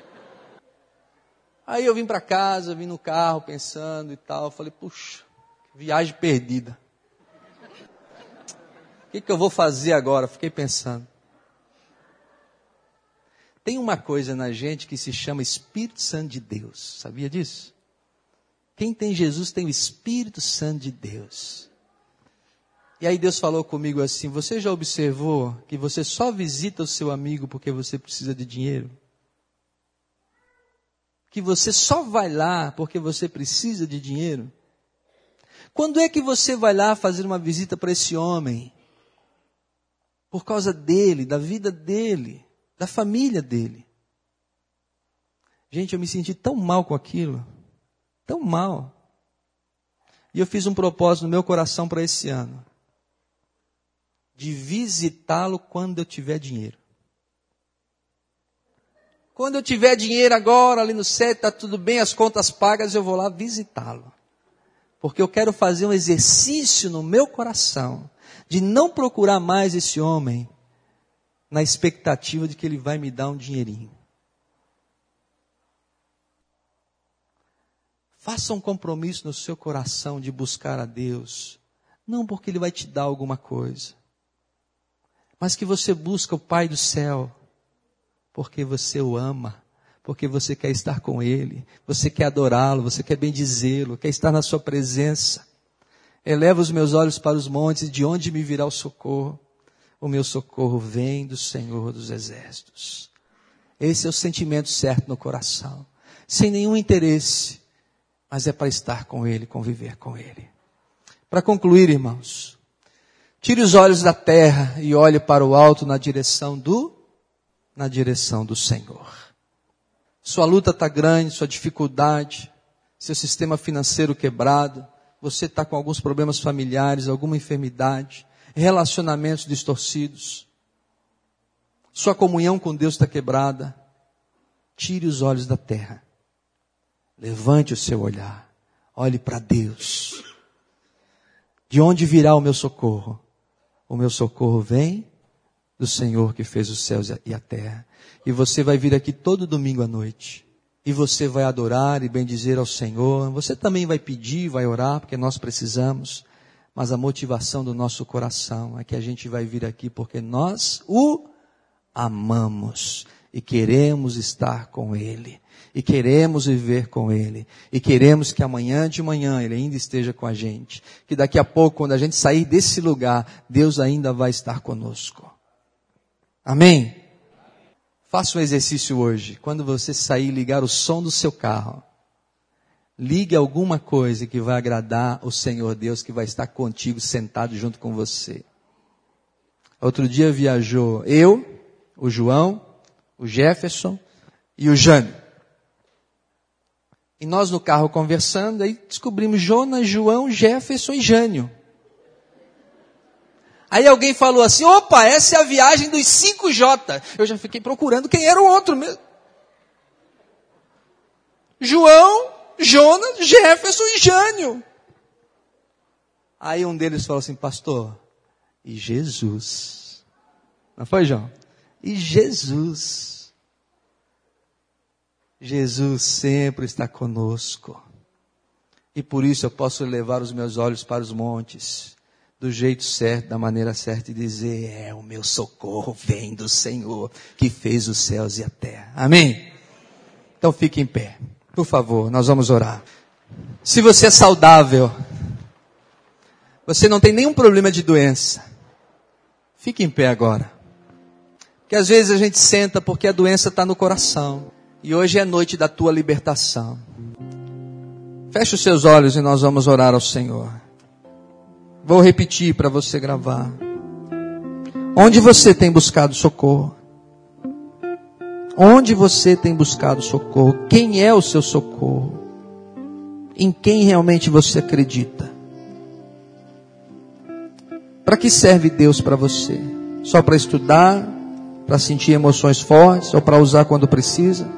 Aí eu vim para casa, vim no carro pensando e tal, falei: puxa, viagem perdida. O que eu vou fazer agora? Fiquei pensando. Tem uma coisa na gente que se chama Espírito Santo de Deus. Sabia disso? Quem tem Jesus tem o Espírito Santo de Deus. E aí Deus falou comigo assim: você já observou que você só visita o seu amigo porque você precisa de dinheiro? Que você só vai lá porque você precisa de dinheiro? Quando é que você vai lá fazer uma visita para esse homem? Por causa dele, da vida dele, da família dele. Gente, eu me senti tão mal com aquilo. Tão mal. E eu fiz um propósito no meu coração para esse ano. De visitá-lo quando eu tiver dinheiro. Quando eu tiver dinheiro agora, ali no céu, está tudo bem, as contas pagas, eu vou lá visitá-lo. Porque eu quero fazer um exercício no meu coração de não procurar mais esse homem na expectativa de que ele vai me dar um dinheirinho. Faça um compromisso no seu coração de buscar a Deus, não porque Ele vai te dar alguma coisa, mas que você busca o Pai do céu, porque você o ama, porque você quer estar com Ele, você quer adorá-lo, você quer bendizê-lo, quer estar na sua presença. Eleva os meus olhos para os montes, de onde me virá o socorro? O meu socorro vem do Senhor dos Exércitos. Esse é o sentimento certo no coração, sem nenhum interesse, mas é para estar com Ele, conviver com Ele. Para concluir, irmãos, tire os olhos da terra e olhe para o alto na direção do Senhor. Sua luta está grande, sua dificuldade, seu sistema financeiro quebrado, você está com alguns problemas familiares, alguma enfermidade, relacionamentos distorcidos, sua comunhão com Deus está quebrada. Tire os olhos da terra. Levante o seu olhar, olhe para Deus. De onde virá o meu socorro? O meu socorro vem do Senhor que fez os céus e a terra. E você vai vir aqui todo domingo à noite. E você vai adorar e bendizer ao Senhor. Você também vai pedir, vai orar, porque nós precisamos. Mas a motivação do nosso coração é que a gente vai vir aqui porque nós o amamos. E queremos estar com Ele. E queremos viver com Ele. E queremos que amanhã de manhã Ele ainda esteja com a gente. Que daqui a pouco, quando a gente sair desse lugar, Deus ainda vai estar conosco. Amém? Faça um exercício hoje. Quando você sair e ligar o som do seu carro, ligue alguma coisa que vai agradar o Senhor Deus, que vai estar contigo, sentado junto com você. Outro dia viajou eu, o João, o Jefferson e o Jânio. E nós no carro conversando, aí descobrimos Jonas, João, Jefferson e Jânio. Aí alguém falou assim, opa, essa é a viagem dos 5J. Eu já fiquei procurando quem era o outro mesmo. João, Jonas, Jefferson e Jânio. Aí um deles falou assim, pastor, e Jesus? Não foi, João? E Jesus? Jesus sempre está conosco. E por isso eu posso levar os meus olhos para os montes, do jeito certo, da maneira certa, e dizer, o meu socorro vem do Senhor, que fez os céus e a terra. Amém? Então fique em pé. Por favor, nós vamos orar. Se você é saudável, você não tem nenhum problema de doença, fique em pé agora. Porque às vezes a gente senta porque a doença está no coração. E hoje é noite da tua libertação. Feche os seus olhos e nós vamos orar ao Senhor. Vou repetir para você gravar. Onde você tem buscado socorro? Onde você tem buscado socorro? Quem é o seu socorro? Em quem realmente você acredita? Para que serve Deus para você? Só para estudar? Para sentir emoções fortes? Ou para usar quando precisa?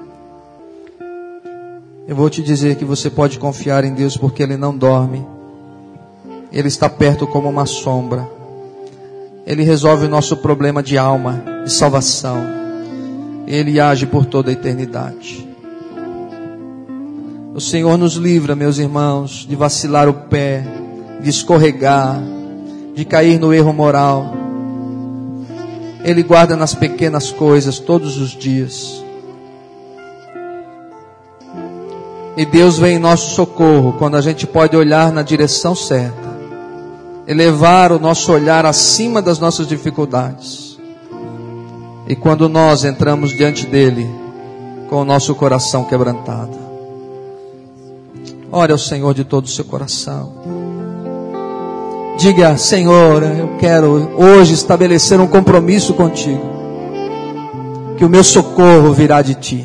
Eu vou te dizer que você pode confiar em Deus porque Ele não dorme. Ele está perto como uma sombra. Ele resolve o nosso problema de alma, de salvação. Ele age por toda a eternidade. O Senhor nos livra, meus irmãos, de vacilar o pé, de escorregar, de cair no erro moral. Ele guarda nas pequenas coisas todos os dias. E Deus vem em nosso socorro quando a gente pode olhar na direção certa. Elevar o nosso olhar acima das nossas dificuldades. E quando nós entramos diante dEle com o nosso coração quebrantado. Ore ao Senhor de todo o seu coração. Diga, Senhor, eu quero hoje estabelecer um compromisso contigo. Que o meu socorro virá de Ti.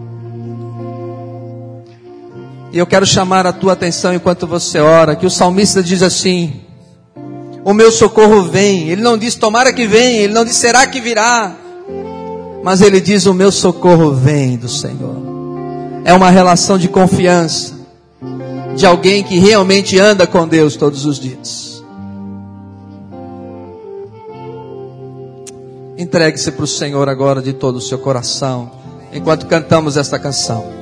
E eu quero chamar a tua atenção enquanto você ora, que o salmista diz assim, o meu socorro vem. Ele não diz tomara que venha, ele não diz será que virá. Mas ele diz: o meu socorro vem do Senhor. É uma relação de confiança, de alguém que realmente anda com Deus todos os dias. Entregue-se para o Senhor agora de todo o seu coração, enquanto cantamos esta canção.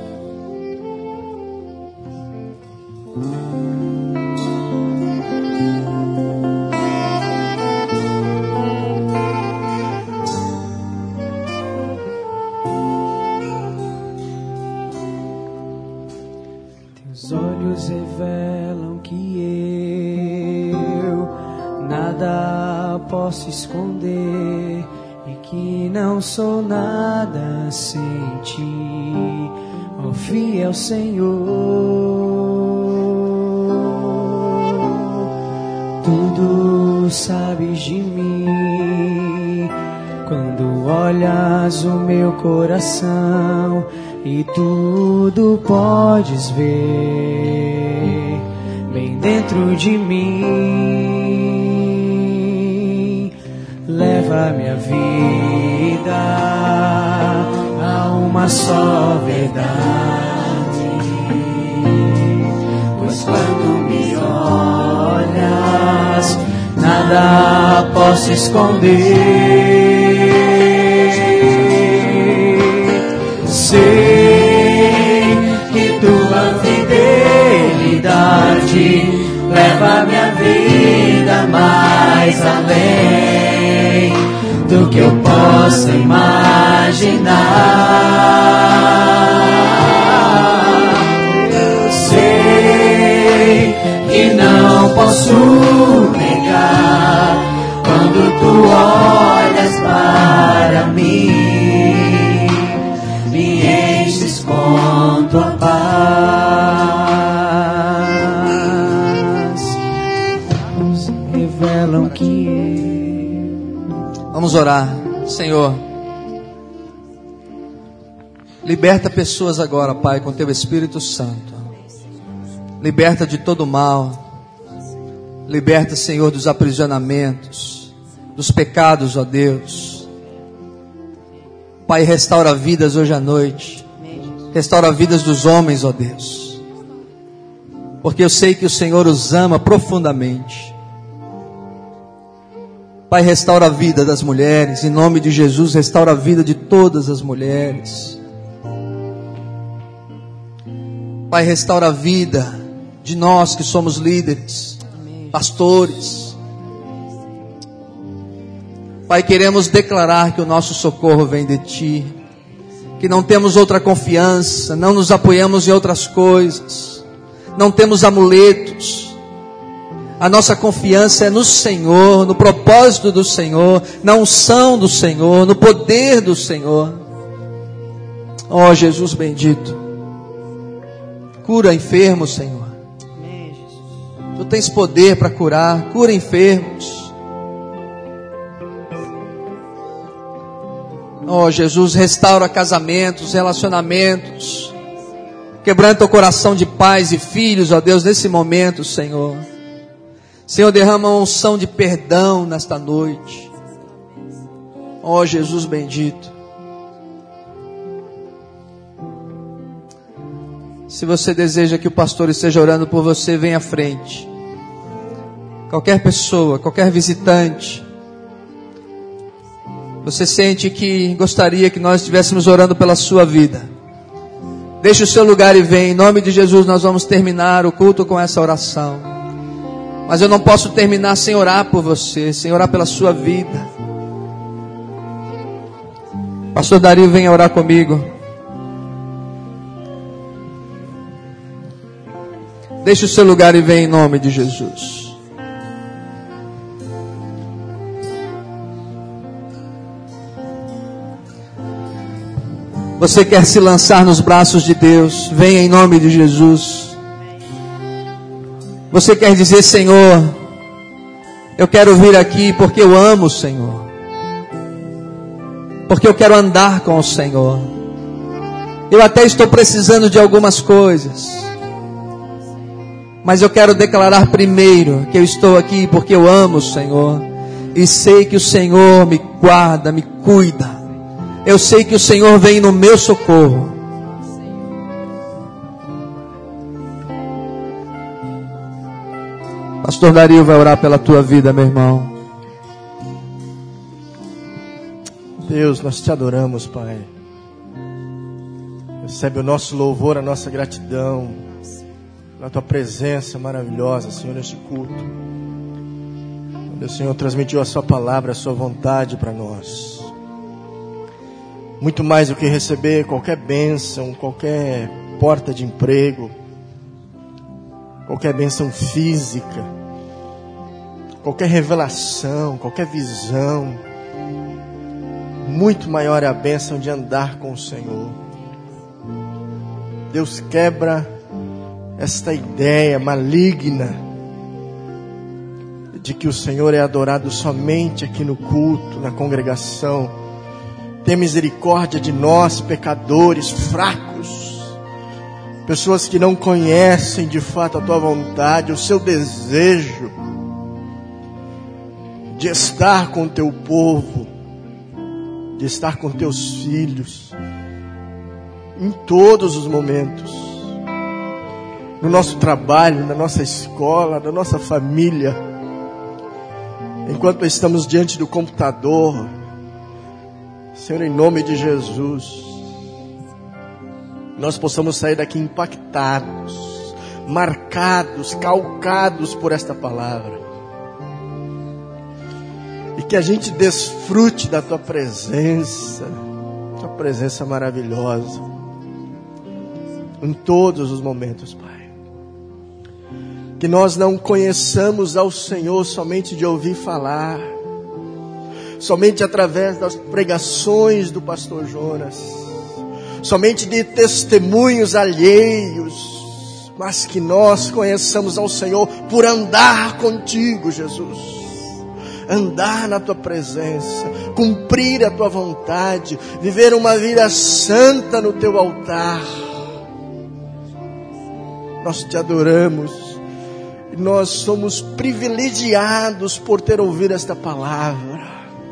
Teus olhos revelam que eu nada posso esconder e que não sou nada sem ti, ó fiel Senhor. Tudo sabes de mim quando olhas o meu coração, e tudo podes ver bem dentro de mim. Leva minha vida a uma só verdade, pois quando me olhas, nada posso esconder. Sei que tua fidelidade leva minha vida mais além do que eu possa imaginar. Sei que não posso negar quando tu olhas para mim, me enches com tua paz. Revelam que Vamos orar. Senhor, liberta pessoas agora, Pai, com teu Espírito Santo. Liberta de todo mal. Liberta, Senhor, dos aprisionamentos, dos pecados, ó Deus. Pai, restaura vidas hoje à noite. Restaura vidas dos homens, ó Deus. Porque eu sei que o Senhor os ama profundamente. Pai, restaura a vida das mulheres. Em nome de Jesus, restaura a vida de todas as mulheres. Pai, restaura a vida de nós que somos líderes, pastores. Pai, queremos declarar que o nosso socorro vem de Ti, que não temos outra confiança, não nos apoiamos em outras coisas, não temos amuletos. A nossa confiança é no Senhor, no propósito do Senhor, na unção do Senhor, no poder do Senhor. Ó Jesus bendito, cura enfermos, Senhor. Tu tens poder para curar, cura enfermos. Ó Jesus, restaura casamentos, relacionamentos. Quebranta o coração de pais e filhos, ó Deus, nesse momento, Senhor. Senhor, derrama uma unção de perdão nesta noite. Ó Jesus bendito. Se você deseja que o pastor esteja orando por você, venha à frente. Qualquer pessoa, qualquer visitante. Você sente que gostaria que nós estivéssemos orando pela sua vida, deixe o seu lugar e vem. Em nome de Jesus nós vamos terminar o culto com essa oração. Mas eu não posso terminar sem orar por você, sem orar pela sua vida. Pastor Dario, venha orar comigo. Deixe o seu lugar e vem em nome de Jesus. Você quer se lançar nos braços de Deus? Venha em nome de Jesus. Você quer dizer: Senhor, eu quero vir aqui porque eu amo o Senhor, porque eu quero andar com o Senhor. Eu até estou precisando de algumas coisas, mas eu quero declarar primeiro que eu estou aqui porque eu amo o Senhor e sei que o Senhor me guarda, me cuida. eu sei que o Senhor vem no meu socorro. Pastor Dario vai orar pela tua vida, meu irmão. Deus, nós te adoramos, Pai. Recebe o nosso louvor, a nossa gratidão pela tua presença maravilhosa, Senhor, neste culto. Onde o Senhor transmitiu a sua palavra, a sua vontade para nós. Muito mais do que receber qualquer bênção, qualquer porta de emprego, qualquer bênção física, qualquer revelação, qualquer visão. Muito maior é a bênção de andar com o Senhor. Deus, quebra esta ideia maligna de que o Senhor é adorado somente aqui no culto, na congregação. Tenha misericórdia de nós, pecadores, fracos, pessoas que não conhecem de fato a tua vontade, o seu desejo de estar com o teu povo, de estar com teus filhos, em todos os momentos, no nosso trabalho, na nossa escola, na nossa família, enquanto estamos diante do computador. Senhor, em nome de Jesus, nós possamos sair daqui impactados, marcados, calcados por esta palavra. E que a gente desfrute da tua presença maravilhosa, em todos os momentos, Pai. Que nós não conheçamos ao Senhor somente de ouvir falar, somente através das pregações do pastor Jonas, somente de testemunhos alheios, mas que nós conheçamos ao Senhor por andar contigo, Jesus. Andar na tua presença, cumprir a tua vontade, viver uma vida santa no teu altar. Nós te adoramos e nós somos privilegiados por ter ouvido esta palavra.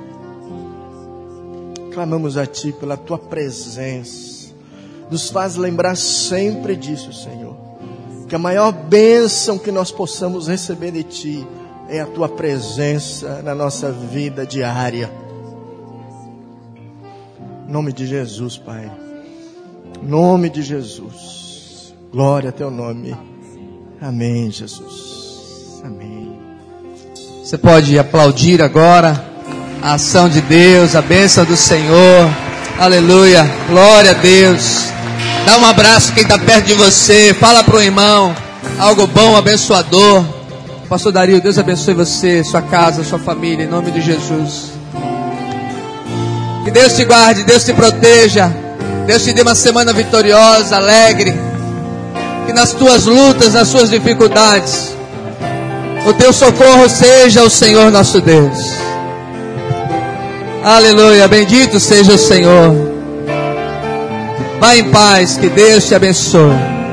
Clamamos a ti pela tua presença. Nos faz lembrar sempre disso, Senhor. Que a maior bênção que nós possamos receber de ti é a tua presença na nossa vida diária. Em nome de Jesus, Pai. Em nome de Jesus. Glória a teu nome. Amém, Jesus. Amém. Você pode aplaudir agora a ação de Deus, a bênção do Senhor. Aleluia. Glória a Deus. Dá um abraço quem está perto de você. Fala para o irmão algo bom, abençoador. Pastor Dario, Deus abençoe você, sua casa, sua família, em nome de Jesus. Que Deus te guarde, Deus te proteja. Deus te dê uma semana vitoriosa, alegre. Que nas tuas lutas, nas suas dificuldades, o teu socorro seja o Senhor nosso Deus. Aleluia, bendito seja o Senhor. Vá em paz, que Deus te abençoe.